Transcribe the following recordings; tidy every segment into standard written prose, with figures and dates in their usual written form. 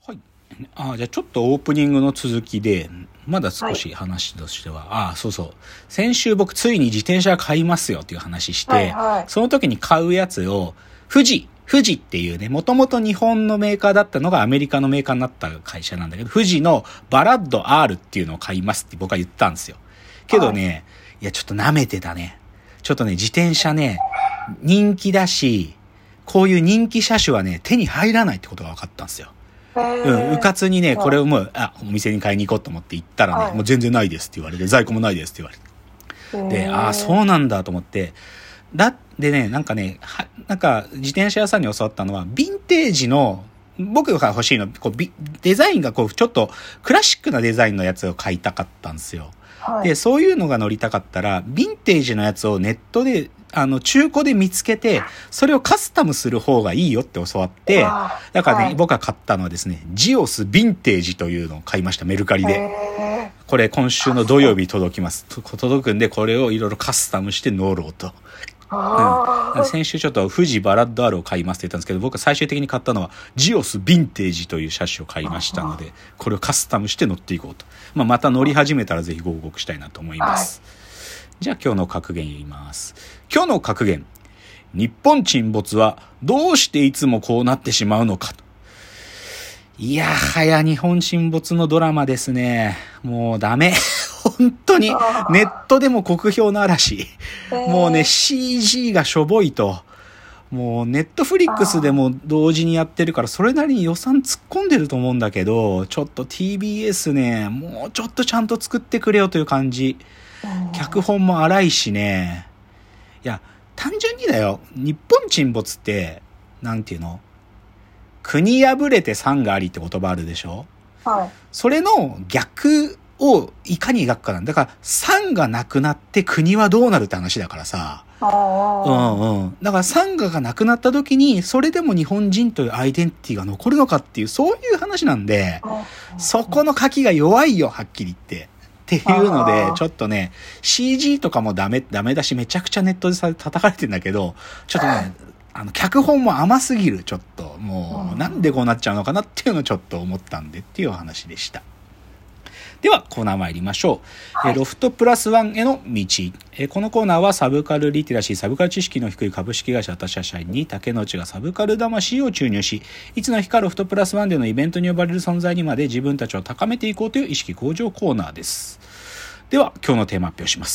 はい。じゃあちょっとオープニングの続きで、まだ少し話としては、そうそう。先週僕ついに自転車買いますよっていう話して、その時に買うやつを、富士っていうね、もともと日本のメーカーだったのがアメリカのメーカーになった会社なんだけど、富士のバラッド R っていうのを買いますって僕は言ったんですよ。けどね、いやちょっと舐めてたね。ちょっとね、自転車ね、人気だし、こういう人気車種はね、手に入らないってことが分かったんですよ。うかつにね、これをもう、お店に買いに行こうと思って行ったらね、もう全然ないですって言われて、在庫もないですって言われて。で、そうなんだと思って、でね、なんか自転車屋さんに教わったのは、ヴィンテージの、僕が欲しいの、デザインがちょっとクラシックなデザインのやつを買いたかったんですよ。で、そういうのが乗りたかったら、ヴィンテージのやつをネットで、中古で見つけて、それをカスタムする方がいいよって教わって、だからね、僕が買ったのはですね、ジオスヴィンテージというのを買いました、メルカリで。これ今週の土曜日届きます。届くんで、これをいろいろカスタムして乗ろうと。先週ちょっと富士バラッド R を買いますって言ったんですけど、僕は最終的に買ったのはジオスヴィンテージという車種を買いましたので、これをカスタムして乗っていこうと。また乗り始めたらぜひご報告したいなと思います。じゃあ今日の格言言います。今日の格言。日本沈没はどうしていつもこうなってしまうのかと。いやはや日本沈没のドラマですね。もうダメ。本当にネットでも酷評の嵐。もうね CG がしょぼいと。もうネットフリックスでも同時にやってるからそれなりに予算突っ込んでると思うんだけど、ちょっと TBS ね、もうちょっとちゃんと作ってくれよという感じ。脚本も荒いしね。いや、単純にだよ。日本沈没って、なんていうの？国破れて山がありって言葉あるでしょ？それの逆をいかに描くかなんだ。だから、山がなくなって国はどうなるって話だからさ。だから山河がなくなった時に、それでも日本人というアイデンティティが残るのかっていう、そういう話なんで、そこの書きが弱いよ、はっきり言って。っていうので、ちょっとね、CG とかもダメだし、めちゃくちゃネットで叩かれてんだけど、ちょっとね、脚本も甘すぎる、ちょっと。もう、なんでこうなっちゃうのかなっていうのをちょっと思ったんでっていうお話でした。では、コーナー参りましょう。ロフトプラスワンへの道。このコーナーはサブカルリテラシー、サブカル知識の低い株式会社他社社員に竹之内がサブカル魂を注入し、いつの日かロフトプラスワンでのイベントに呼ばれる存在にまで自分たちを高めていこうという意識向上コーナーです。では、今日のテーマ発表します。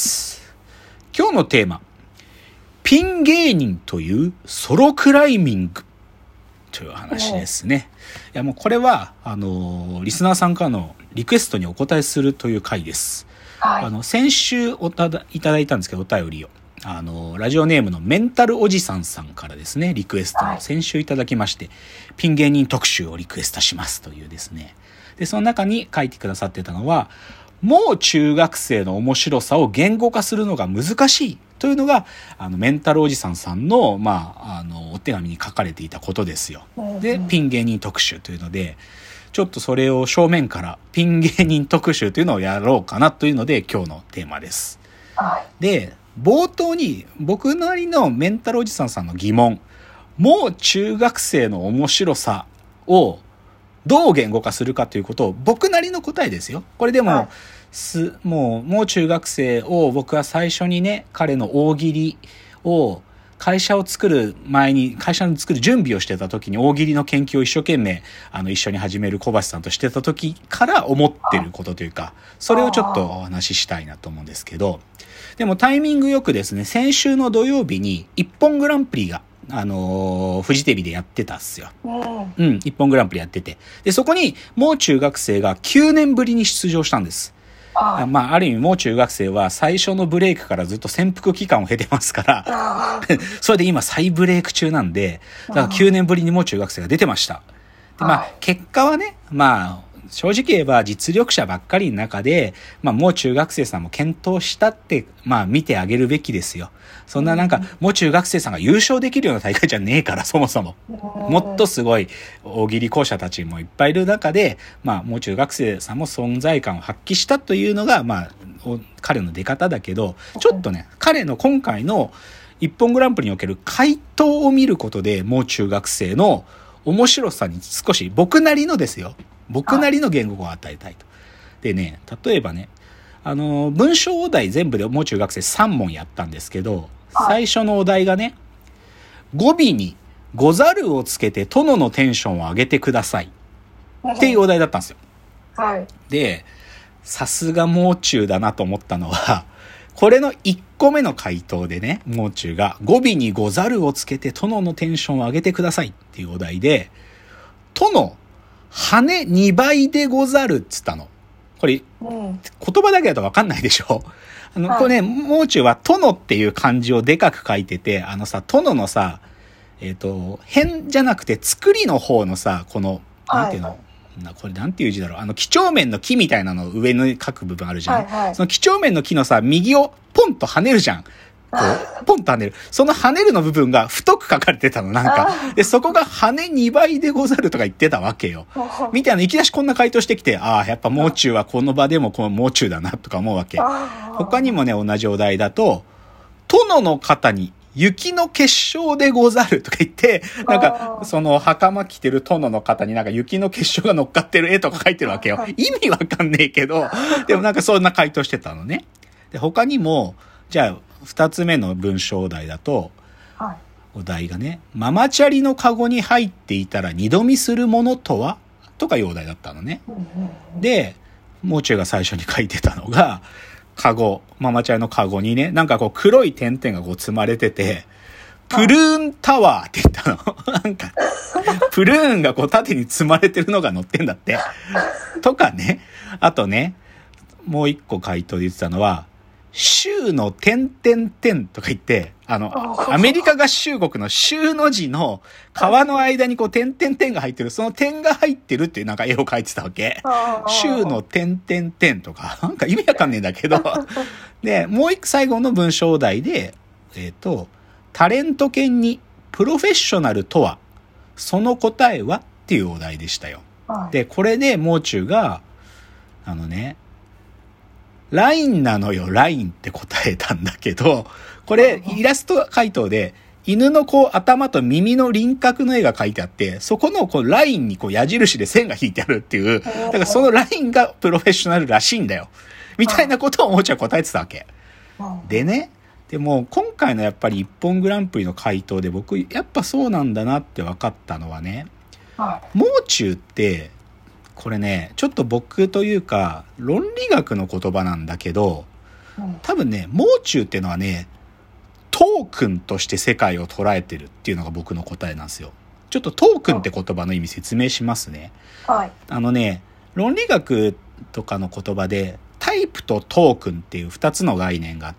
今日のテーマ。ピン芸人というソロクライミングという話ですね。いやもうこれはリスナーさんからのリクエストにお答えするという回です。先週いただいたんですけどお便りをラジオネームのメンタルおじさんさんからですねリクエストを先週いただきまして、ピン芸人特集をリクエストしますというですね。でその中に書いてくださってたのは、もう中学生の面白さを言語化するのが難しいというのがメンタルおじさんさんのお手紙に書かれていたことですよ。でピン芸人特集というので、ちょっとそれを正面からピン芸人特集というのをやろうかなというので今日のテーマです。で冒頭に僕なりのメンタルおじさんさんの疑問、もう中学生の面白さをどう言語化するかということを僕なりの答えですよ。これでも、もう中学生を僕は最初にね、彼の大喜利を会社を作る前に、会社を作る準備をしてた時に大喜利の研究を一生懸命一緒に始める小橋さんとしてた時から思ってることというか、それをちょっとお話ししたいなと思うんですけど、でもタイミングよくですね、先週の土曜日に一本グランプリがフジテレビでやってたっすよ。一本グランプリやってて。で、そこに、もう中学生が9年ぶりに出場したんです。ある意味、もう中学生は最初のブレイクからずっと潜伏期間を経てますから、それで今再ブレイク中なんで、だから9年ぶりにもう中学生が出てました。で、結果はね、正直言えば実力者ばっかりの中で、もう中学生さんも検討したって、見てあげるべきですよ。そんなもう中学生さんが優勝できるような大会じゃねえから、そもそも。もっとすごい大喜利講者たちもいっぱいいる中で、もう中学生さんも存在感を発揮したというのが、彼の出方だけど、ちょっとね、彼の今回の一本グランプリにおける回答を見ることで、もう中学生の面白さに少し僕なりのですよ。僕なりの言語を与えたいと。でね、例えばね、文章お題全部でもう中学生3問やったんですけど、最初のお題がね、語尾にござるをつけて殿のテンションを上げてくださいっていうお題だったんですよ。 はい。 で、さすがもう中だなと思ったのは、これの1個目の回答でね、もう中が語尾にござるをつけて殿のテンションを上げてくださいっていうお題で、殿、羽2倍でござるっつったの。これ、言葉だけだと分かんないでしょ。これね、もう中は殿っていう漢字をでかく書いてて、殿のさ、辺じゃなくて作りの方のさ、この、なんていうの、これなんていう字だろう。几帳面の木みたいなの上に書く部分あるじゃん。その几帳面の木のさ、右をポンと跳ねるじゃん。こう、ポンと跳ねる。その跳ねるの部分が太く書かれてたの、なんか。で、そこが羽2倍でござるとか言ってたわけよ。みたいな、いきなしこんな回答してきて、ああ、やっぱもう中はこの場でもこのもう中だな、とか思うわけ。他にもね、同じお題だと、殿の方に雪の結晶でござるとか言って、なんか、その袴着てる殿の方になんか雪の結晶が乗っかってる絵とか書いてるわけよ。意味わかんねえけど、でもなんかそんな回答してたのね。で、他にも、じゃあ、二つ目の文章お題だと、お題がね、ママチャリのカゴに入っていたら二度見するものとはとかいうお題だったのね。で、もう中が最初に書いてたのが、カゴ、ママチャリのカゴにね、なんかこう黒い点々がこう積まれてて、プルーンタワーって言ったの。なんか、プルーンがこう縦に積まれてるのが載ってんだって。とかね。あとね、もう一個回答で言ってたのは、州の点々点とか言って、アメリカ合衆国の州の字の川の間にこう点々点が入ってる、その点が入ってるっていうなんか絵を描いてたわけ。州の点々点とか、なんか意味わかんねえんだけど。で、もう一個最後の文章お題で、タレント犬にプロフェッショナルとは、その答えはっていうお題でしたよ。で、これでもう中が、ラインなのよ、ラインって答えたんだけど、これイラスト回答で、犬のこう頭と耳の輪郭の絵が描いてあって、そこのこうラインにこう矢印で線が引いてあるっていう、だからそのラインがプロフェッショナルらしいんだよ。みたいなことをもうちょい答えてたわけ。でね、でも今回のやっぱり一本グランプリの回答で僕やっぱそうなんだなって分かったのはね、もう中ってこれねちょっと僕というか論理学の言葉なんだけど、多分ねもう中っていうのはねトークンとして世界を捉えてるっていうのが僕の答えなんですよ。ちょっとトークンって言葉の意味説明しますね。論理学とかの言葉でタイプとトークンっていう2つの概念があって、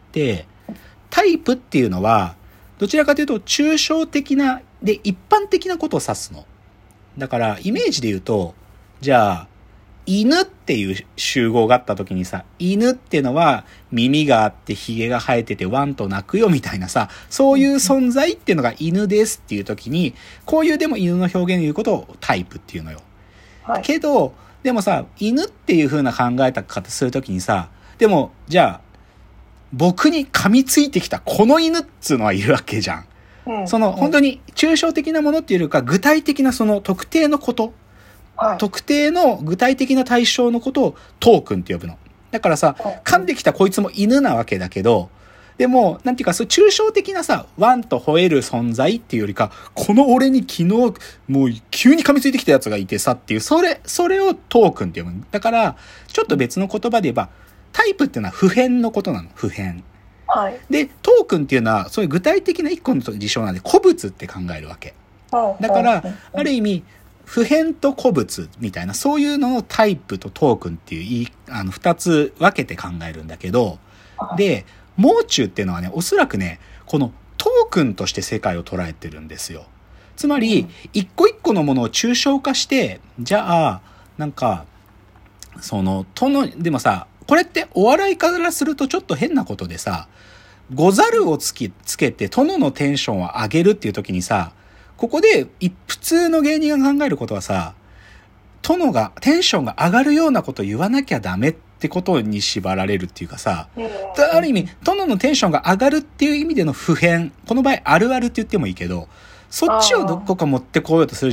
タイプっていうのはどちらかというと抽象的なで一般的なことを指すの。だからイメージで言うと、じゃあ犬っていう集合があった時にさ、犬っていうのは耳があってヒゲが生えててワンと鳴くよみたいなさ、そういう存在っていうのが犬ですっていう時に、こういうでも犬の表現で言うことをタイプっていうのよ。けどでもさ、犬っていう風な考え方するときにさ、でもじゃあ僕に噛みついてきたこの犬っつうのはいるわけじゃん。その本当に抽象的なものっていうよりか具体的なその特定のこと、特定の具体的な対象のことをトークンって呼ぶの。だからさ、噛んできたこいつも犬なわけだけど、でもなんていうかそう抽象的なさ、ワンと吠える存在っていうよりか、この俺に昨日もう急に噛みついてきたやつがいてさっていう、それをトークンって呼ぶ。だからちょっと別の言葉で言えばタイプっていうのは普遍のことなの。普遍。でトークンっていうのはそういう具体的な一個の事象なんで古物って考えるわけ。だからある意味普遍と古物みたいなそういうのをタイプとトークンっていう二つ分けて考えるんだけど、でもう中っていうのはね、おそらくねこのトークンとして世界を捉えてるんですよ。つまり一個一個のものを抽象化して、じゃあなんかそのでもさ、これってお笑いからするとちょっと変なことでさ、ござるをつけて殿のテンションを上げるっていう時にさ、ここで普通の芸人が考えることはさ、殿がテンションが上がるようなことを言わなきゃダメってことに縛られるっていうかさ、ある意味殿のテンションが上がるっていう意味での普遍、この場合あるあるって言ってもいいけど、そっちをどこか持ってこようとするじゃん。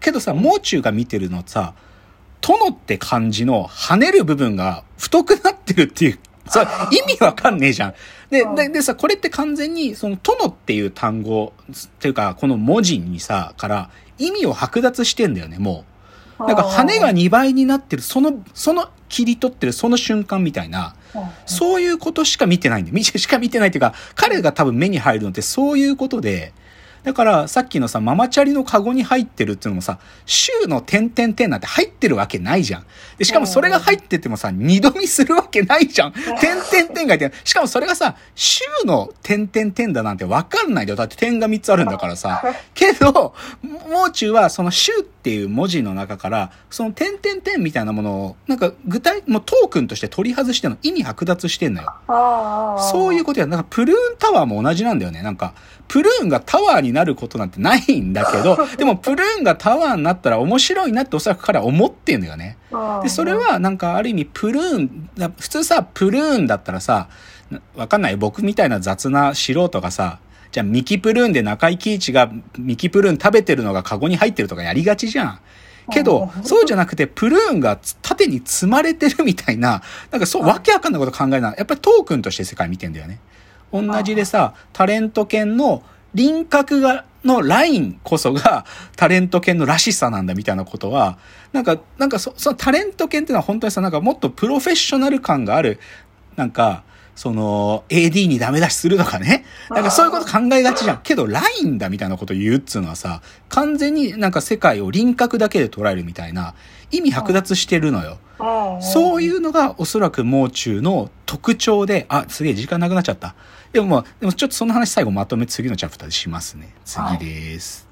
けどさ、もう中が見てるのさ、殿って漢字の跳ねる部分が太くなってるっていう、さ、意味わかんねえじゃん。でさ、これって完全に、その、殿っていう単語、っていうか、この文字にさ、から意味を剥奪してんだよね、もう。なんか、羽が2倍になってる、その切り取ってるその瞬間みたいな、そういうことしか見てないんだよ。しか見てないっていうか、彼が多分目に入るのってそういうことで、だから、さっきのさ、ママチャリのカゴに入ってるっていうのもさ、州の点々点なんて入ってるわけないじゃん。で、しかもそれが入っててもさ、二度見するわけないじゃん。点々点がいて、しかもそれがさ、州の点々点だなんてわかんないんだよ。だって点が3つあるんだからさ。けど、もう中はその州っていう文字の中から、その点々点みたいなものを、なんかもうトークンとして取り外しての意味剥奪してんのよ。そういうことや。なんかプルーンタワーも同じなんだよね。なんか、プルーンがタワーになることなんてないんだけど、でもプルーンがタワーになったら面白いなっておそらく彼は思ってんだよね。で、それはなんかある意味プルーン、普通さ、プルーンだったらさ、わかんない。僕みたいな雑な素人がさ、じゃあミキプルーンで中井貴一がミキプルーン食べてるのがカゴに入ってるとかやりがちじゃん。けど、そうじゃなくて、プルーンが縦に積まれてるみたいな、なんかそう、わけわかんないこと考えな。やっぱりトークンとして世界見てんだよね。同じでさ、タレント犬の輪郭のラインこそがタレント犬のらしさなんだみたいなことは、なんかそのタレント犬っていうのは本当にさ、なんかもっとプロフェッショナル感がある、なんか、その、AD にダメ出しするとかね。なんかそういうこと考えがちじゃん。けど、ラインだみたいなこと言うっつうのはさ、完全になんか世界を輪郭だけで捉えるみたいな、意味剥奪してるのよ。そういうのがおそらくもう中の特徴で、すげえ時間なくなっちゃった。でもちょっとその話最後まとめ次のチャプターでしますね。次です。